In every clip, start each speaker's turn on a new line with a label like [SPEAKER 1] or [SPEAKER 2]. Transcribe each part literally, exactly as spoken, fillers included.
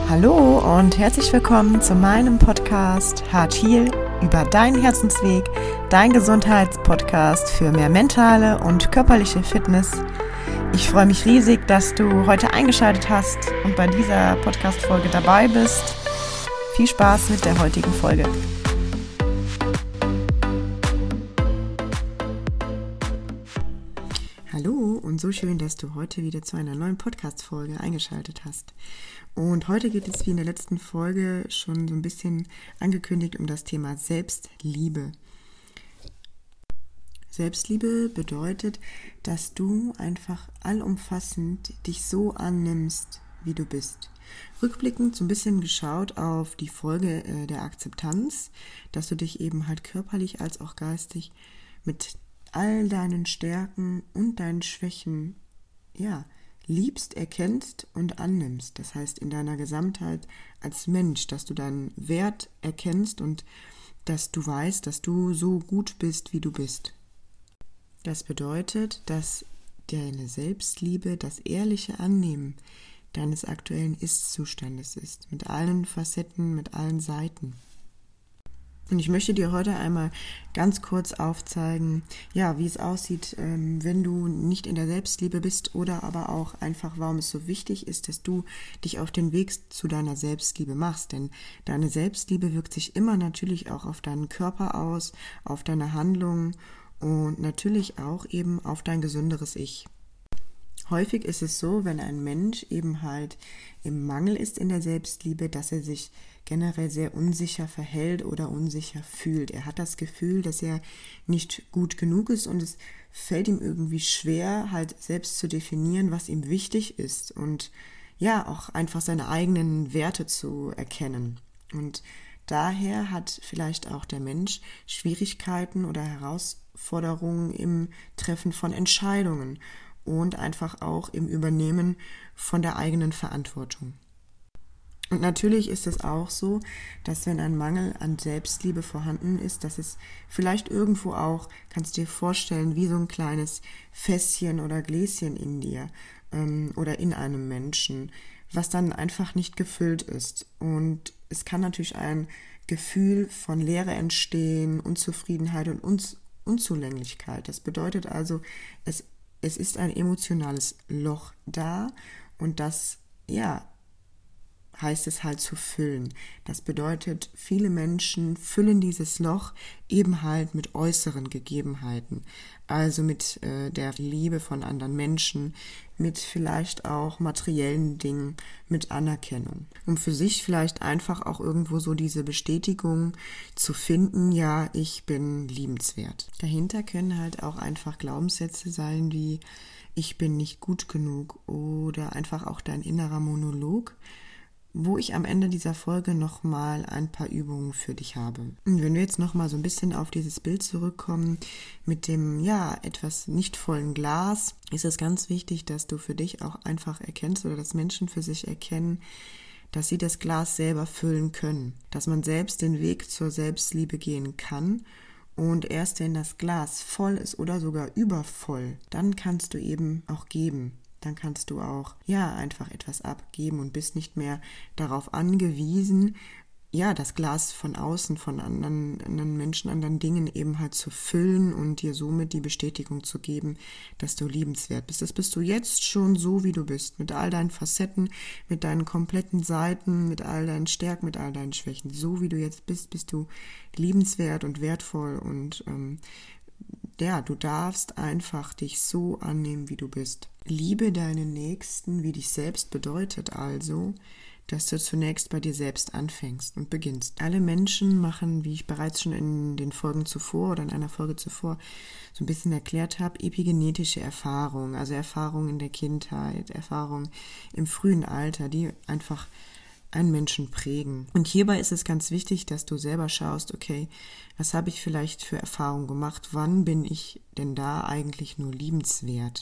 [SPEAKER 1] Hallo und herzlich willkommen zu meinem Podcast Heart Heal über deinen Herzensweg, dein Gesundheitspodcast für mehr mentale und körperliche Fitness. Ich freue mich riesig, dass du heute eingeschaltet hast und bei dieser Podcast-Folge dabei bist. Viel Spaß mit der heutigen Folge. Hallo und so schön, dass du heute wieder zu einer neuen Podcast-Folge eingeschaltet hast. Und heute geht es wie in der letzten Folge schon so ein bisschen angekündigt um das Thema Selbstliebe. Selbstliebe bedeutet, dass du einfach allumfassend dich so annimmst, wie du bist. Rückblickend so ein bisschen geschaut auf die Folge äh, der Akzeptanz, dass du dich eben halt körperlich als auch geistig mit all deinen Stärken und deinen Schwächen, ja, liebst, erkennst und annimmst. Das heißt, in deiner Gesamtheit als Mensch, dass du deinen Wert erkennst und dass du weißt, dass du so gut bist, wie du bist. Das bedeutet, dass deine Selbstliebe das ehrliche Annehmen deines aktuellen Ist-Zustandes ist, mit allen Facetten, mit allen Seiten. Und ich möchte dir heute einmal ganz kurz aufzeigen, ja, wie es aussieht, ähm, wenn du nicht in der Selbstliebe bist oder aber auch einfach, warum es so wichtig ist, dass du dich auf den Weg zu deiner Selbstliebe machst. Denn deine Selbstliebe wirkt sich immer natürlich auch auf deinen Körper aus, auf deine Handlungen und natürlich auch eben auf dein gesünderes Ich. Häufig ist es so, wenn ein Mensch eben halt im Mangel ist in der Selbstliebe, dass er sich generell sehr unsicher verhält oder unsicher fühlt. Er hat das Gefühl, dass er nicht gut genug ist und es fällt ihm irgendwie schwer, halt selbst zu definieren, was ihm wichtig ist und ja, auch einfach seine eigenen Werte zu erkennen. Und daher hat vielleicht auch der Mensch Schwierigkeiten oder Herausforderungen im Treffen von Entscheidungen und einfach auch im Übernehmen von der eigenen Verantwortung. Und natürlich ist es auch so, dass wenn ein Mangel an Selbstliebe vorhanden ist, dass es vielleicht irgendwo auch, kannst du dir vorstellen, wie so ein kleines Fässchen oder Gläschen in dir ähm, oder in einem Menschen, was dann einfach nicht gefüllt ist. Und es kann natürlich ein Gefühl von Leere entstehen, Unzufriedenheit und Unz- Unzulänglichkeit. Das bedeutet also, es, es ist ein emotionales Loch da und das, ja, heißt es halt zu füllen. Das bedeutet, viele Menschen füllen dieses Loch eben halt mit äußeren Gegebenheiten, also mit äh, der Liebe von anderen Menschen, mit vielleicht auch materiellen Dingen, mit Anerkennung. Um für sich vielleicht einfach auch irgendwo so diese Bestätigung zu finden, ja, ich bin liebenswert. Dahinter können halt auch einfach Glaubenssätze sein, wie ich bin nicht gut genug oder einfach auch dein innerer Monolog, wo ich am Ende dieser Folge nochmal ein paar Übungen für dich habe. Und wenn wir jetzt nochmal so ein bisschen auf dieses Bild zurückkommen mit dem, ja, etwas nicht vollen Glas, ist es ganz wichtig, dass du für dich auch einfach erkennst oder dass Menschen für sich erkennen, dass sie das Glas selber füllen können, dass man selbst den Weg zur Selbstliebe gehen kann. Und erst wenn das Glas voll ist oder sogar übervoll, dann kannst du eben auch geben. Dann kannst du auch, ja, einfach etwas abgeben und bist nicht mehr darauf angewiesen, ja, das Glas von außen, von anderen, anderen Menschen, anderen Dingen eben halt zu füllen und dir somit die Bestätigung zu geben, dass du liebenswert bist. Das bist du jetzt schon so, wie du bist, mit all deinen Facetten, mit deinen kompletten Seiten, mit all deinen Stärken, mit all deinen Schwächen. So wie du jetzt bist, bist du liebenswert und wertvoll und ähm, ja, du darfst einfach dich so annehmen, wie du bist. Liebe deinen Nächsten wie dich selbst bedeutet also, dass du zunächst bei dir selbst anfängst und beginnst. Alle Menschen machen, wie ich bereits schon in den Folgen zuvor oder in einer Folge zuvor so ein bisschen erklärt habe, epigenetische Erfahrungen, also Erfahrungen in der Kindheit, Erfahrungen im frühen Alter, die einfach einen Menschen prägen. Und hierbei ist es ganz wichtig, dass du selber schaust, okay, was habe ich vielleicht für Erfahrungen gemacht? Wann bin ich denn da eigentlich nur liebenswert?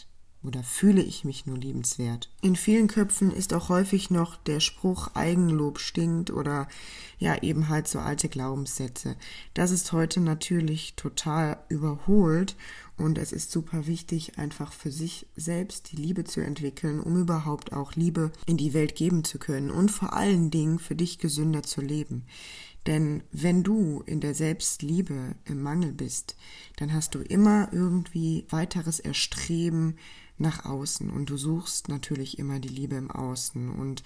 [SPEAKER 1] oder fühle ich mich nur liebenswert? In vielen Köpfen ist auch häufig noch der Spruch Eigenlob stinkt oder ja eben halt so alte Glaubenssätze. Das ist heute natürlich total überholt und es ist super wichtig, einfach für sich selbst die Liebe zu entwickeln, um überhaupt auch Liebe in die Welt geben zu können und vor allen Dingen für dich gesünder zu leben. Denn wenn du in der Selbstliebe im Mangel bist, dann hast du immer irgendwie weiteres Erstreben nach außen und du suchst natürlich immer die Liebe im Außen und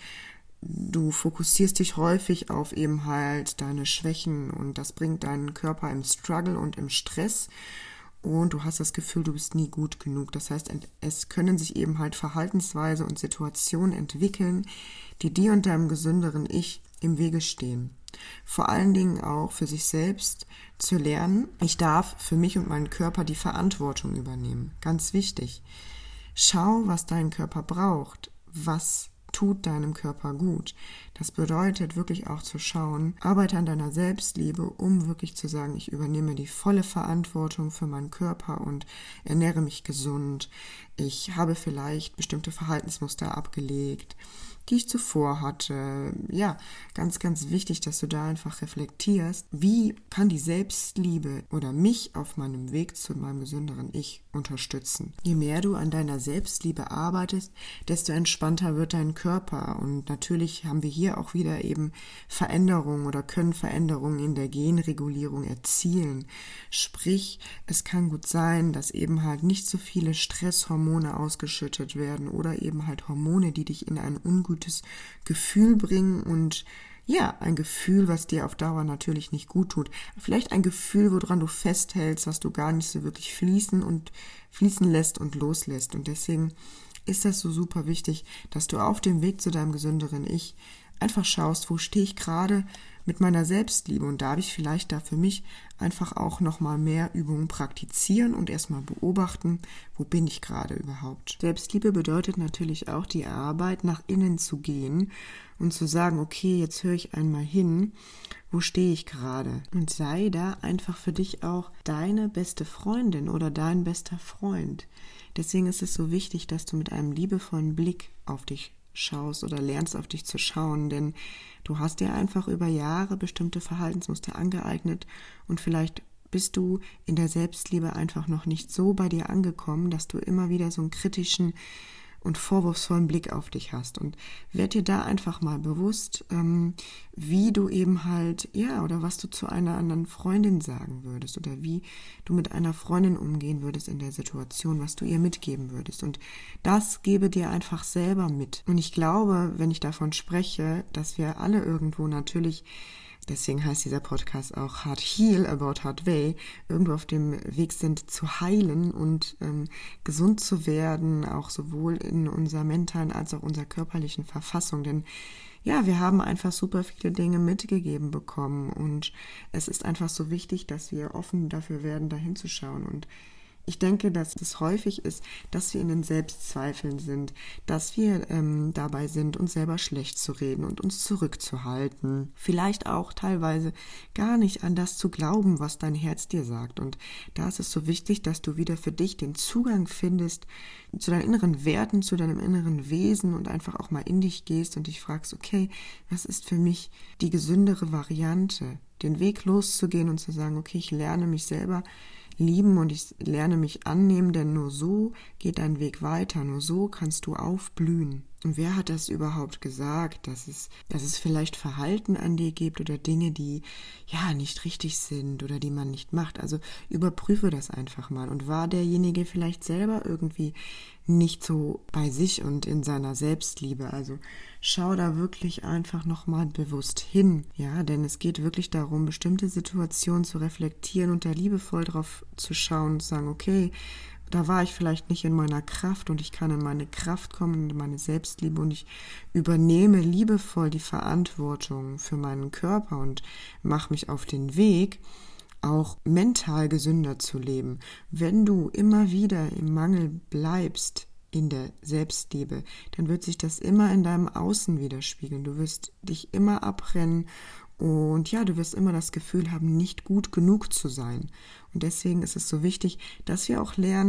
[SPEAKER 1] du fokussierst dich häufig auf eben halt deine Schwächen und das bringt deinen Körper im Struggle und im Stress und du hast das Gefühl, du bist nie gut genug. Das heißt, es können sich eben halt Verhaltensweise und Situationen entwickeln, die dir und deinem gesünderen Ich im Wege stehen. Vor allen Dingen auch für sich selbst zu lernen, ich darf für mich und meinen Körper die Verantwortung übernehmen. Ganz wichtig. Schau, was dein Körper braucht, was tut deinem Körper gut. Das bedeutet wirklich auch zu schauen, arbeite an deiner Selbstliebe, um wirklich zu sagen, ich übernehme die volle Verantwortung für meinen Körper und ernähre mich gesund. Ich habe vielleicht bestimmte Verhaltensmuster abgelegt, die ich zuvor hatte. Ja, ganz, ganz wichtig, dass du da einfach reflektierst, wie kann die Selbstliebe oder mich auf meinem Weg zu meinem gesünderen Ich unterstützen. Je mehr du an deiner Selbstliebe arbeitest, desto entspannter wird dein Körper und natürlich haben wir hier auch wieder eben Veränderungen oder können Veränderungen in der Genregulierung erzielen. Sprich, es kann gut sein, dass eben halt nicht so viele Stresshormone ausgeschüttet werden oder eben halt Hormone, die dich in ein ungutes Gefühl bringen und ja, ein Gefühl, was dir auf Dauer natürlich nicht gut tut. Vielleicht ein Gefühl, woran du festhältst, was du gar nicht so wirklich fließen und fließen lässt und loslässt. Und deswegen ist das so super wichtig, dass du auf dem Weg zu deinem gesünderen Ich einfach schaust, wo stehe ich gerade mit meiner Selbstliebe und darf ich vielleicht da für mich einfach auch nochmal mehr Übungen praktizieren und erstmal beobachten, wo bin ich gerade überhaupt. Selbstliebe bedeutet natürlich auch die Arbeit, nach innen zu gehen und zu sagen, okay, jetzt höre ich einmal hin, wo stehe ich gerade? Und sei da einfach für dich auch deine beste Freundin oder dein bester Freund. Deswegen ist es so wichtig, dass du mit einem liebevollen Blick auf dich schaust oder lernst auf dich zu schauen, denn du hast dir einfach über Jahre bestimmte Verhaltensmuster angeeignet und vielleicht bist du in der Selbstliebe einfach noch nicht so bei dir angekommen, dass du immer wieder so einen kritischen und vorwurfsvollen Blick auf dich hast und werd dir da einfach mal bewusst, ähm, wie du eben halt, ja, oder was du zu einer anderen Freundin sagen würdest oder wie du mit einer Freundin umgehen würdest in der Situation, was du ihr mitgeben würdest und das gebe dir einfach selber mit und ich glaube, wenn ich davon spreche, dass wir alle irgendwo natürlich, deswegen heißt dieser Podcast auch Hard Heal About Hard Way, irgendwo auf dem Weg sind zu heilen und ähm, gesund zu werden, auch sowohl in unserer mentalen als auch unserer körperlichen Verfassung. Denn ja, wir haben einfach super viele Dinge mitgegeben bekommen und es ist einfach so wichtig, dass wir offen dafür werden, da hinzuschauen und ich denke, dass es häufig ist, dass wir in den Selbstzweifeln sind, dass wir ähm, dabei sind, uns selber schlecht zu reden und uns zurückzuhalten. Vielleicht auch teilweise gar nicht an das zu glauben, was dein Herz dir sagt. Und da ist es so wichtig, dass du wieder für dich den Zugang findest zu deinen inneren Werten, zu deinem inneren Wesen und einfach auch mal in dich gehst und dich fragst, okay, was ist für mich die gesündere Variante? Den Weg loszugehen und zu sagen, okay, ich lerne mich selber lieben und ich lerne mich annehmen, denn nur so geht dein Weg weiter, nur so kannst du aufblühen. Und wer hat das überhaupt gesagt, dass es, dass es vielleicht Verhalten an dir gibt oder Dinge, die ja nicht richtig sind oder die man nicht macht? Also überprüfe das einfach mal. Und war derjenige vielleicht selber irgendwie nicht so bei sich und in seiner Selbstliebe? Also schau da wirklich einfach nochmal bewusst hin. Ja, denn es geht wirklich darum, bestimmte Situationen zu reflektieren und da liebevoll drauf zu schauen und zu sagen, okay, da war ich vielleicht nicht in meiner Kraft und ich kann in meine Kraft kommen, in meine Selbstliebe und ich übernehme liebevoll die Verantwortung für meinen Körper und mache mich auf den Weg, auch mental gesünder zu leben. Wenn du immer wieder im Mangel bleibst in der Selbstliebe, dann wird sich das immer in deinem Außen widerspiegeln. Du wirst dich immer abrennen und ja, du wirst immer das Gefühl haben, nicht gut genug zu sein. Und deswegen ist es so wichtig, dass wir auch lernen,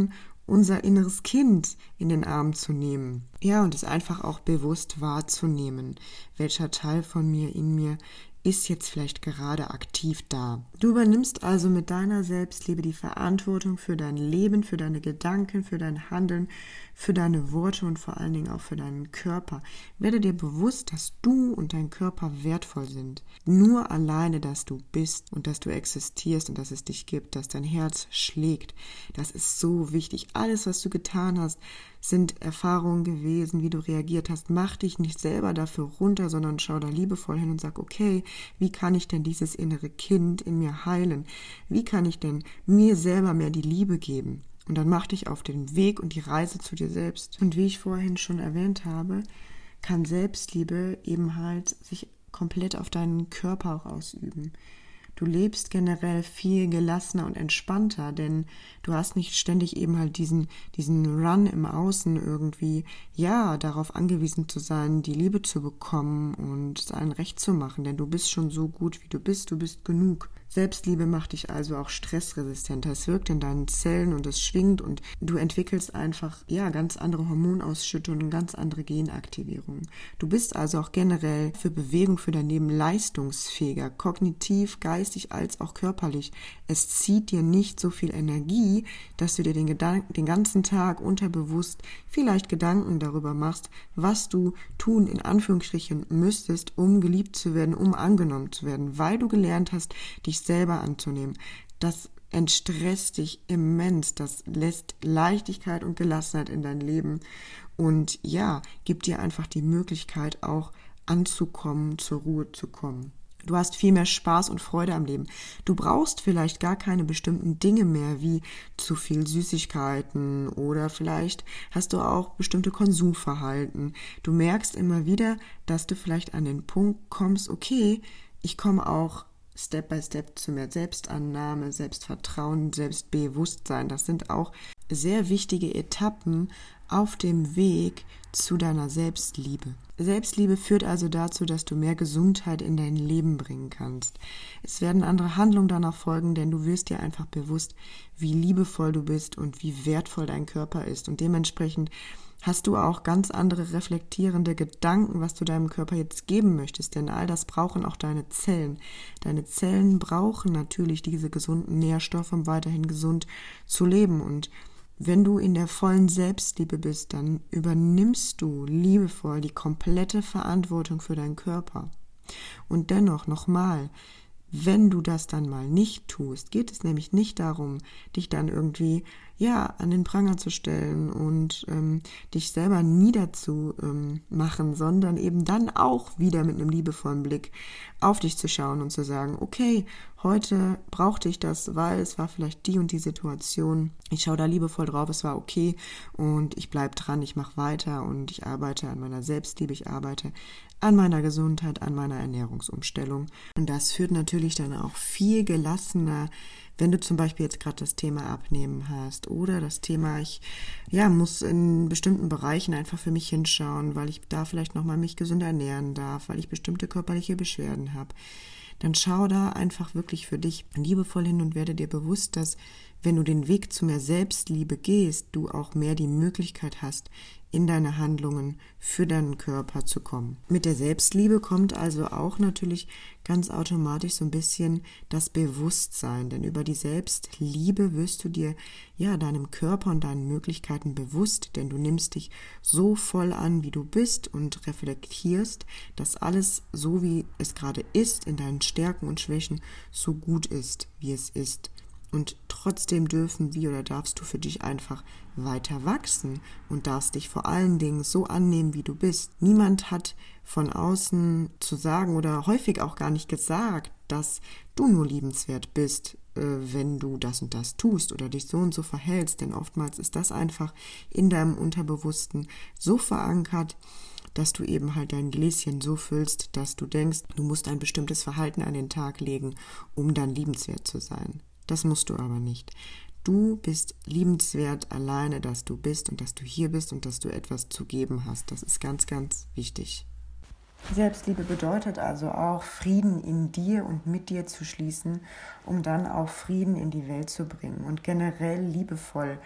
[SPEAKER 1] unser inneres Kind in den Arm zu nehmen. Ja, und es einfach auch bewusst wahrzunehmen, welcher Teil von mir, in mir ist jetzt vielleicht gerade aktiv da. Du übernimmst also mit deiner Selbstliebe die Verantwortung für dein Leben, für deine Gedanken, für dein Handeln, für deine Worte und vor allen Dingen auch für deinen Körper. Werde dir bewusst, dass du und dein Körper wertvoll sind. Nur alleine, dass du bist und dass du existierst und dass es dich gibt, dass dein Herz schlägt. Das ist so wichtig. Alles, was du getan hast, sind Erfahrungen gewesen, wie du reagiert hast. Mach dich nicht selber dafür runter, sondern schau da liebevoll hin und sag, okay, wie kann ich denn dieses innere Kind in mir heilen? Wie kann ich denn mir selber mehr die Liebe geben? Und dann mach dich auf den Weg und die Reise zu dir selbst. Und wie ich vorhin schon erwähnt habe, kann Selbstliebe eben halt sich komplett auf deinen Körper auch ausüben. Du lebst generell viel gelassener und entspannter, denn du hast nicht ständig eben halt diesen, diesen Run im Außen irgendwie, ja, darauf angewiesen zu sein, die Liebe zu bekommen und es allen recht zu machen, denn du bist schon so gut, wie du bist, du bist genug. Selbstliebe macht dich also auch stressresistenter. Es wirkt in deinen Zellen und es schwingt und du entwickelst einfach, ja, ganz andere Hormonausschüttungen, ganz andere Genaktivierungen. Du bist also auch generell für Bewegung, für dein Leben leistungsfähiger, kognitiv, geistig als auch körperlich. Es zieht dir nicht so viel Energie, dass du dir den, Gedanken, den ganzen Tag unterbewusst vielleicht Gedanken darüber machst, was du tun, in Anführungsstrichen, müsstest, um geliebt zu werden, um angenommen zu werden, weil du gelernt hast, dich selber anzunehmen. Das entstresst dich immens, das lässt Leichtigkeit und Gelassenheit in dein Leben und ja, gibt dir einfach die Möglichkeit auch anzukommen, zur Ruhe zu kommen. Du hast viel mehr Spaß und Freude am Leben. Du brauchst vielleicht gar keine bestimmten Dinge mehr, wie zu viel Süßigkeiten oder vielleicht hast du auch bestimmte Konsumverhalten. Du merkst immer wieder, dass du vielleicht an den Punkt kommst, okay, ich komme auch Step by Step zu mehr Selbstannahme, Selbstvertrauen, Selbstbewusstsein. Das sind auch sehr wichtige Etappen auf dem Weg zu deiner Selbstliebe. Selbstliebe führt also dazu, dass du mehr Gesundheit in dein Leben bringen kannst. Es werden andere Handlungen danach folgen, denn du wirst dir einfach bewusst, wie liebevoll du bist und wie wertvoll dein Körper ist. Und dementsprechend hast du auch ganz andere reflektierende Gedanken, was du deinem Körper jetzt geben möchtest, denn all das brauchen auch deine Zellen. Deine Zellen brauchen natürlich diese gesunden Nährstoffe, um weiterhin gesund zu leben. Und wenn du in der vollen Selbstliebe bist, dann übernimmst du liebevoll die komplette Verantwortung für deinen Körper. Und dennoch, nochmal, wenn du das dann mal nicht tust, geht es nämlich nicht darum, dich dann irgendwie ja an den Pranger zu stellen und ähm, dich selber niederzumachen, ähm, sondern eben dann auch wieder mit einem liebevollen Blick auf dich zu schauen und zu sagen, okay, heute brauchte ich das, weil es war vielleicht die und die Situation. Ich schaue da liebevoll drauf, es war okay und ich bleibe dran, ich mache weiter und ich arbeite an meiner Selbstliebe, ich arbeite an meiner Gesundheit, an meiner Ernährungsumstellung. Und das führt natürlich dann auch viel gelassener, wenn du zum Beispiel jetzt gerade das Thema Abnehmen hast oder das Thema, ich ja, muss in bestimmten Bereichen einfach für mich hinschauen, weil ich da vielleicht nochmal mich gesund ernähren darf, weil ich bestimmte körperliche Beschwerden habe. Dann schau da einfach wirklich für dich liebevoll hin und werde dir bewusst, dass wenn du den Weg zu mehr Selbstliebe gehst, du auch mehr die Möglichkeit hast, in deine Handlungen für deinen Körper zu kommen. Mit der Selbstliebe kommt also auch natürlich ganz automatisch so ein bisschen das Bewusstsein, denn über die Selbstliebe wirst du dir ja deinem Körper und deinen Möglichkeiten bewusst, denn du nimmst dich so voll an, wie du bist und reflektierst, dass alles so, wie es gerade ist, in deinen Stärken und Schwächen so gut ist, wie es ist. Und trotzdem dürfen wir oder darfst du für dich einfach weiter wachsen und darfst dich vor allen Dingen so annehmen, wie du bist. Niemand hat von außen zu sagen oder häufig auch gar nicht gesagt, dass du nur liebenswert bist, äh, wenn du das und das tust oder dich so und so verhältst. Denn oftmals ist das einfach in deinem Unterbewussten so verankert, dass du eben halt dein Gläschen so füllst, dass du denkst, du musst ein bestimmtes Verhalten an den Tag legen, um dann liebenswert zu sein. Das musst du aber nicht. Du bist liebenswert alleine, dass du bist und dass du hier bist und dass du etwas zu geben hast. Das ist ganz, ganz wichtig. Selbstliebe bedeutet also auch, Frieden in dir und mit dir zu schließen, um dann auch Frieden in die Welt zu bringen und generell liebevoll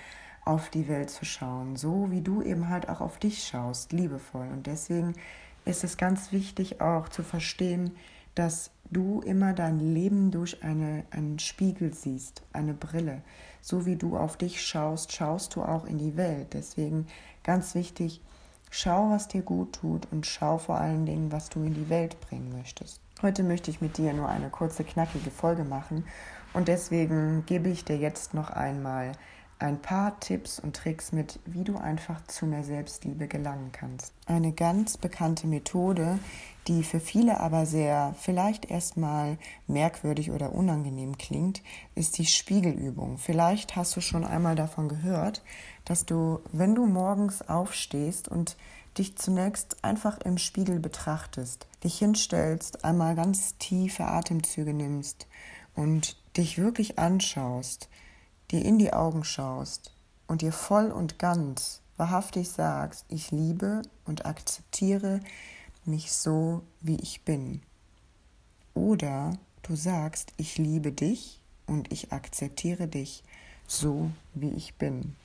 [SPEAKER 1] auf die Welt zu schauen, so wie du eben halt auch auf dich schaust, liebevoll. Und deswegen ist es ganz wichtig auch zu verstehen, dass du immer dein Leben durch eine, einen Spiegel siehst, eine Brille. So wie du auf dich schaust, schaust du auch in die Welt. Deswegen ganz wichtig, schau, was dir gut tut und schau vor allen Dingen, was du in die Welt bringen möchtest. Heute möchte ich mit dir nur eine kurze, knackige Folge machen und deswegen gebe ich dir jetzt noch einmal ein paar Tipps und Tricks mit, wie du einfach zu mehr Selbstliebe gelangen kannst. Eine ganz bekannte Methode, die für viele aber sehr vielleicht erstmal merkwürdig oder unangenehm klingt, ist die Spiegelübung. Vielleicht hast du schon einmal davon gehört, dass du, wenn du morgens aufstehst und dich zunächst einfach im Spiegel betrachtest, dich hinstellst, einmal ganz tiefe Atemzüge nimmst und dich wirklich anschaust, dir in die Augen schaust und dir voll und ganz wahrhaftig sagst, ich liebe und akzeptiere mich so, wie ich bin. Oder du sagst, ich liebe dich und ich akzeptiere dich so, wie ich bin.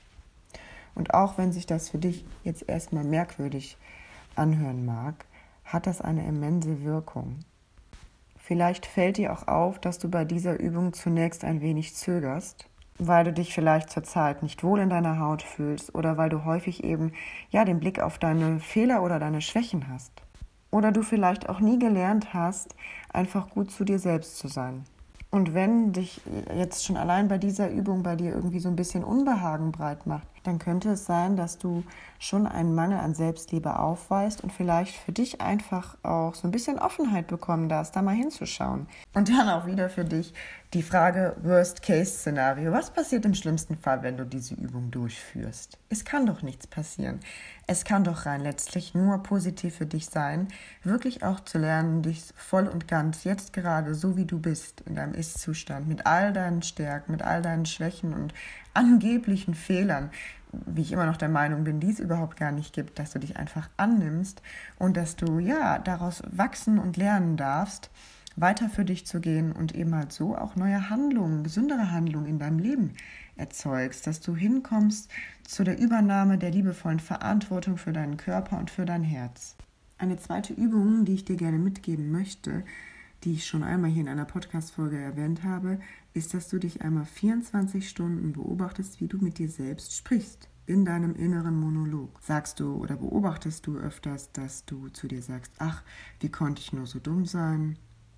[SPEAKER 1] Und auch wenn sich das für dich jetzt erstmal merkwürdig anhören mag, hat das eine immense Wirkung. Vielleicht fällt dir auch auf, dass du bei dieser Übung zunächst ein wenig zögerst, weil du dich vielleicht zurzeit nicht wohl in deiner Haut fühlst oder weil du häufig eben ja den Blick auf deine Fehler oder deine Schwächen hast. Oder du vielleicht auch nie gelernt hast, einfach gut zu dir selbst zu sein. Und wenn dich jetzt schon allein bei dieser Übung bei dir irgendwie so ein bisschen Unbehagen breit macht, dann könnte es sein, dass du schon einen Mangel an Selbstliebe aufweist und vielleicht für dich einfach auch so ein bisschen Offenheit bekommen darfst, da mal hinzuschauen. Und dann auch wieder für dich die Frage Worst-Case-Szenario. Was passiert im schlimmsten Fall, wenn du diese Übung durchführst? Es kann doch nichts passieren. Es kann doch rein letztlich nur positiv für dich sein, wirklich auch zu lernen, dich voll und ganz, jetzt gerade so wie du bist, in deinem Ist-Zustand, mit all deinen Stärken, mit all deinen Schwächen und angeblichen Fehlern, wie ich immer noch der Meinung bin, die es überhaupt gar nicht gibt, dass du dich einfach annimmst und dass du ja daraus wachsen und lernen darfst, weiter für dich zu gehen und eben halt so auch neue Handlungen, gesündere Handlungen in deinem Leben erzeugst, dass du hinkommst zu der Übernahme der liebevollen Verantwortung für deinen Körper und für dein Herz. Eine zweite Übung, die ich dir gerne mitgeben möchte, die ich schon einmal hier in einer Podcast-Folge erwähnt habe, ist, dass du dich einmal vierundzwanzig Stunden beobachtest, wie du mit dir selbst sprichst, in deinem inneren Monolog. Sagst du oder beobachtest du öfters, dass du zu dir sagst, ach, wie konnte ich nur so dumm sein?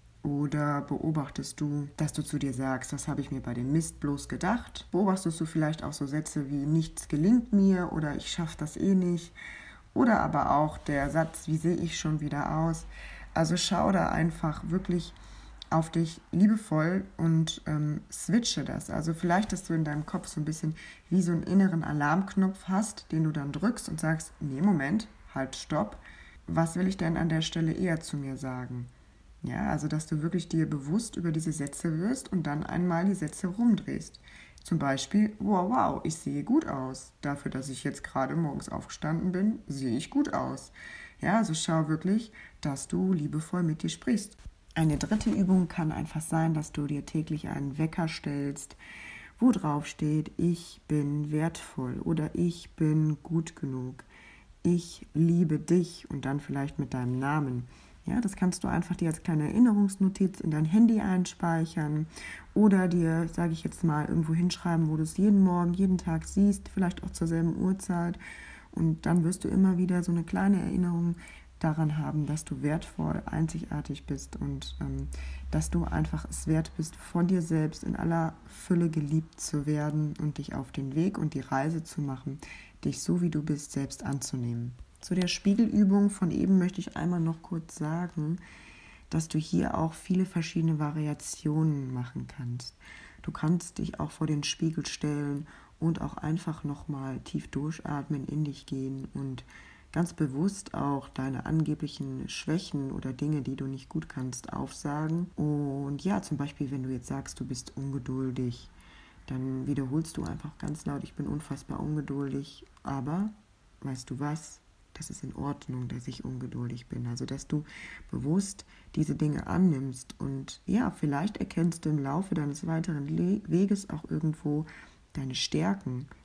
[SPEAKER 1] Oder beobachtest du, dass du zu dir sagst, das habe ich mir bei dem Mist bloß gedacht? Beobachtest du vielleicht auch so Sätze wie, nichts gelingt mir oder ich schaffe das eh nicht? Oder aber auch der Satz, wie sehe ich schon wieder aus? Also schau da einfach wirklich auf dich liebevoll und ähm, switche das. Also vielleicht, dass du in deinem Kopf so ein bisschen wie so einen inneren Alarmknopf hast, den du dann drückst und sagst, nee, Moment, halt, stopp. Was will ich denn an der Stelle eher zu mir sagen? Ja, also dass du wirklich dir bewusst über diese Sätze wirst und dann einmal die Sätze rumdrehst. Zum Beispiel, wow, wow, ich sehe gut aus. Dafür, dass ich jetzt gerade morgens aufgestanden bin, sehe ich gut aus. Ja, also schau wirklich, dass du liebevoll mit dir sprichst. Eine dritte Übung kann einfach sein, dass du dir täglich einen Wecker stellst, wo drauf steht, ich bin wertvoll oder ich bin gut genug. Ich liebe dich und dann vielleicht mit deinem Namen. Ja, das kannst du einfach dir als kleine Erinnerungsnotiz in dein Handy einspeichern oder dir, sage ich jetzt mal, irgendwo hinschreiben, wo du es jeden Morgen, jeden Tag siehst, vielleicht auch zur selben Uhrzeit. Und dann wirst du immer wieder so eine kleine Erinnerung daran haben, dass du wertvoll, einzigartig bist und ähm, dass du einfach es wert bist, von dir selbst in aller Fülle geliebt zu werden und dich auf den Weg und die Reise zu machen, dich so wie du bist selbst anzunehmen. Zu der Spiegelübung von eben möchte ich einmal noch kurz sagen, dass du hier auch viele verschiedene Variationen machen kannst. Du kannst dich auch vor den Spiegel stellen und auch einfach nochmal tief durchatmen, in dich gehen und ganz bewusst auch deine angeblichen Schwächen oder Dinge, die du nicht gut kannst, aufsagen. Und ja, zum Beispiel, wenn du jetzt sagst, du bist ungeduldig, dann wiederholst du einfach ganz laut, ich bin unfassbar ungeduldig, aber weißt du was? Das ist in Ordnung, dass ich ungeduldig bin. Also, dass du bewusst diese Dinge annimmst und ja, vielleicht erkennst du im Laufe deines weiteren Le- Weges auch irgendwo deine Stärken,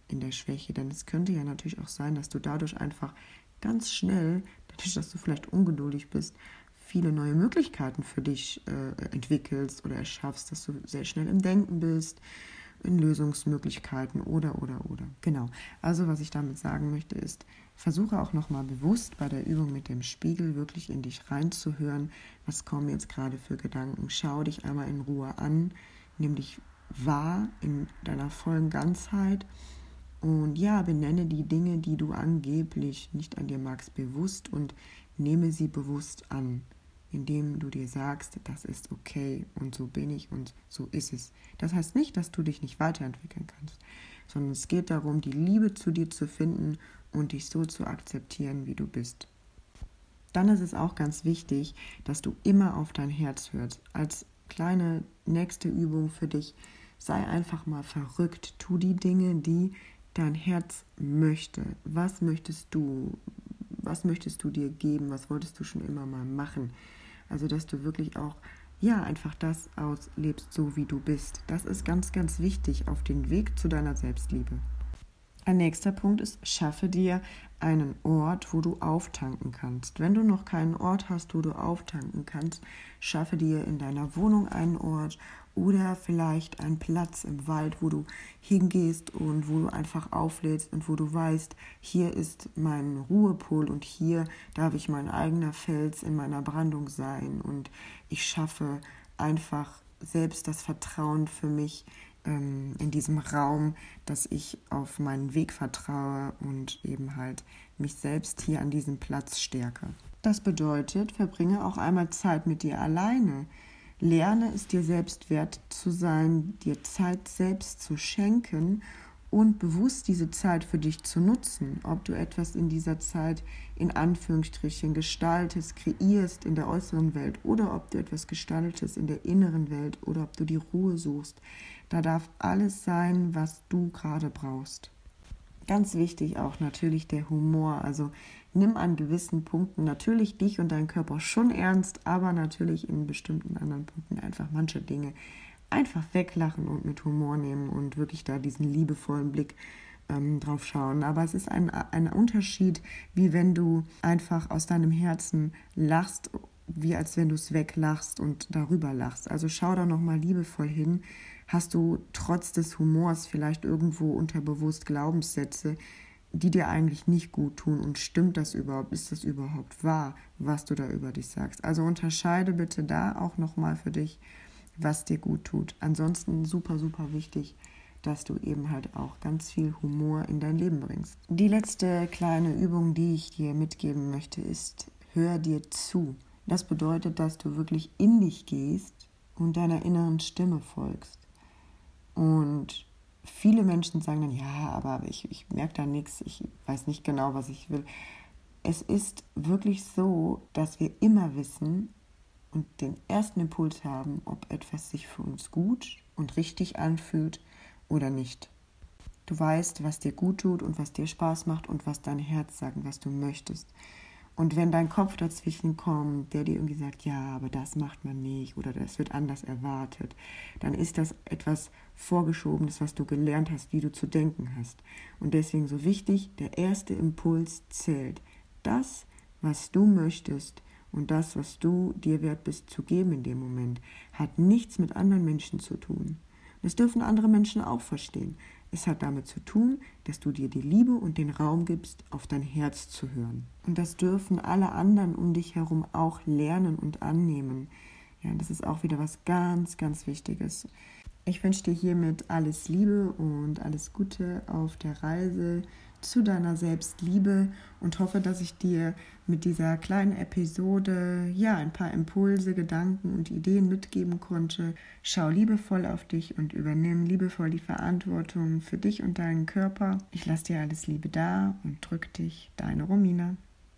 [SPEAKER 1] in der Schwäche, denn es könnte ja natürlich auch sein, dass du dadurch einfach ganz schnell, dadurch, dass du vielleicht ungeduldig bist, viele neue Möglichkeiten für dich äh, entwickelst oder erschaffst, dass du sehr schnell im Denken bist, in Lösungsmöglichkeiten oder, oder, oder. Genau. Also was ich damit sagen möchte ist, versuche auch nochmal bewusst bei der Übung mit dem Spiegel wirklich in dich reinzuhören. Was kommen jetzt gerade für Gedanken? Schau dich einmal in Ruhe an, nimm dich wahr in deiner vollen Ganzheit und ja, benenne die Dinge, die du angeblich nicht an dir magst, bewusst und nehme sie bewusst an, indem du dir sagst, das ist okay und so bin ich und so ist es. Das heißt nicht, dass du dich nicht weiterentwickeln kannst, sondern es geht darum, die Liebe zu dir zu finden und dich so zu akzeptieren, wie du bist. Dann ist es auch ganz wichtig, dass du immer auf dein Herz hörst. Als kleine nächste Übung für dich, sei einfach mal verrückt. Tu die Dinge, die dein Herz möchte. Was möchtest du? Was möchtest du dir geben? Was wolltest du schon immer mal machen? Also, dass du wirklich auch, ja, einfach das auslebst, so wie du bist. Das ist ganz, ganz wichtig auf den Weg zu deiner Selbstliebe. Ein nächster Punkt ist, schaffe dir einen Ort, wo du auftanken kannst. Wenn du noch keinen Ort hast, wo du auftanken kannst, schaffe dir in deiner Wohnung einen Ort oder vielleicht einen Platz im Wald, wo du hingehst und wo du einfach auflädst und wo du weißt, hier ist mein Ruhepol und hier darf ich mein eigener Fels in meiner Brandung sein und ich schaffe einfach selbst das Vertrauen für mich ähm, in diesem Raum, dass ich auf meinen Weg vertraue und eben halt mich selbst hier an diesem Platz stärke. Das bedeutet, verbringe auch einmal Zeit mit dir alleine. Lerne es dir selbst wert zu sein, dir Zeit selbst zu schenken und bewusst diese Zeit für dich zu nutzen. Ob du etwas in dieser Zeit in Anführungsstrichen gestaltest, kreierst in der äußeren Welt oder ob du etwas gestaltest in der inneren Welt oder ob du die Ruhe suchst. Da darf alles sein, was du gerade brauchst. Ganz wichtig auch natürlich der Humor, also nimm an gewissen Punkten natürlich dich und deinen Körper schon ernst, aber natürlich in bestimmten anderen Punkten einfach manche Dinge einfach weglachen und mit Humor nehmen und wirklich da diesen liebevollen Blick ähm, drauf schauen. Aber es ist ein, ein Unterschied, wie wenn du einfach aus deinem Herzen lachst, wie als wenn du es weglachst und darüber lachst. Also schau da nochmal liebevoll hin. Hast du trotz des Humors vielleicht irgendwo unterbewusst Glaubenssätze, die dir eigentlich nicht gut tun und stimmt das überhaupt, ist das überhaupt wahr, was du da über dich sagst? Also unterscheide bitte da auch nochmal für dich, was dir gut tut. Ansonsten super, super wichtig, dass du eben halt auch ganz viel Humor in dein Leben bringst. Die letzte kleine Übung, die ich dir mitgeben möchte, ist, hör dir zu. Das bedeutet, dass du wirklich in dich gehst und deiner inneren Stimme folgst. Und viele Menschen sagen dann, ja, aber ich, ich merke da nichts, ich weiß nicht genau, was ich will. Es ist wirklich so, dass wir immer wissen und den ersten Impuls haben, ob etwas sich für uns gut und richtig anfühlt oder nicht. Du weißt, was dir gut tut und was dir Spaß macht und was dein Herz sagt und was du möchtest. Und wenn dein Kopf dazwischen kommt, der dir irgendwie sagt, ja, aber das macht man nicht oder das wird anders erwartet, dann ist das etwas Vorgeschobenes, was du gelernt hast, wie du zu denken hast. Und deswegen so wichtig, der erste Impuls zählt. Das, was du möchtest und das, was du dir wert bist zu geben in dem Moment, hat nichts mit anderen Menschen zu tun. Das dürfen andere Menschen auch verstehen. Es hat damit zu tun, dass du dir die Liebe und den Raum gibst, auf dein Herz zu hören. Und das dürfen alle anderen um dich herum auch lernen und annehmen. Ja, das ist auch wieder was ganz, ganz Wichtiges. Ich wünsche dir hiermit alles Liebe und alles Gute auf der Reise zu deiner Selbstliebe und hoffe, dass ich dir mit dieser kleinen Episode ja ein paar Impulse, Gedanken und Ideen mitgeben konnte. Schau liebevoll auf dich und übernimm liebevoll die Verantwortung für dich und deinen Körper. Ich lasse dir alles Liebe da und drück dich, deine Romina.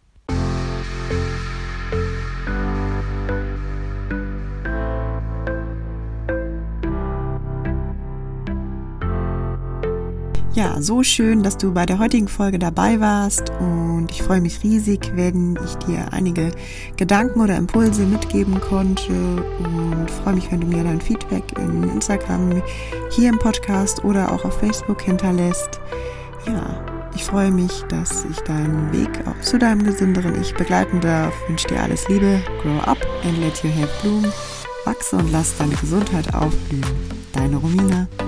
[SPEAKER 1] Ja, so schön, dass du bei der heutigen Folge dabei warst und ich freue mich riesig, wenn ich dir einige Gedanken oder Impulse mitgeben konnte und freue mich, wenn du mir dein Feedback in Instagram, hier im Podcast oder auch auf Facebook hinterlässt. ja, ich freue mich, dass ich deinen Weg auch zu deinem gesünderen Ich begleiten darf. Ich wünsche dir alles Liebe. Grow up and let your hair bloom. Wachse und lass deine Gesundheit aufblühen. Deine Romina.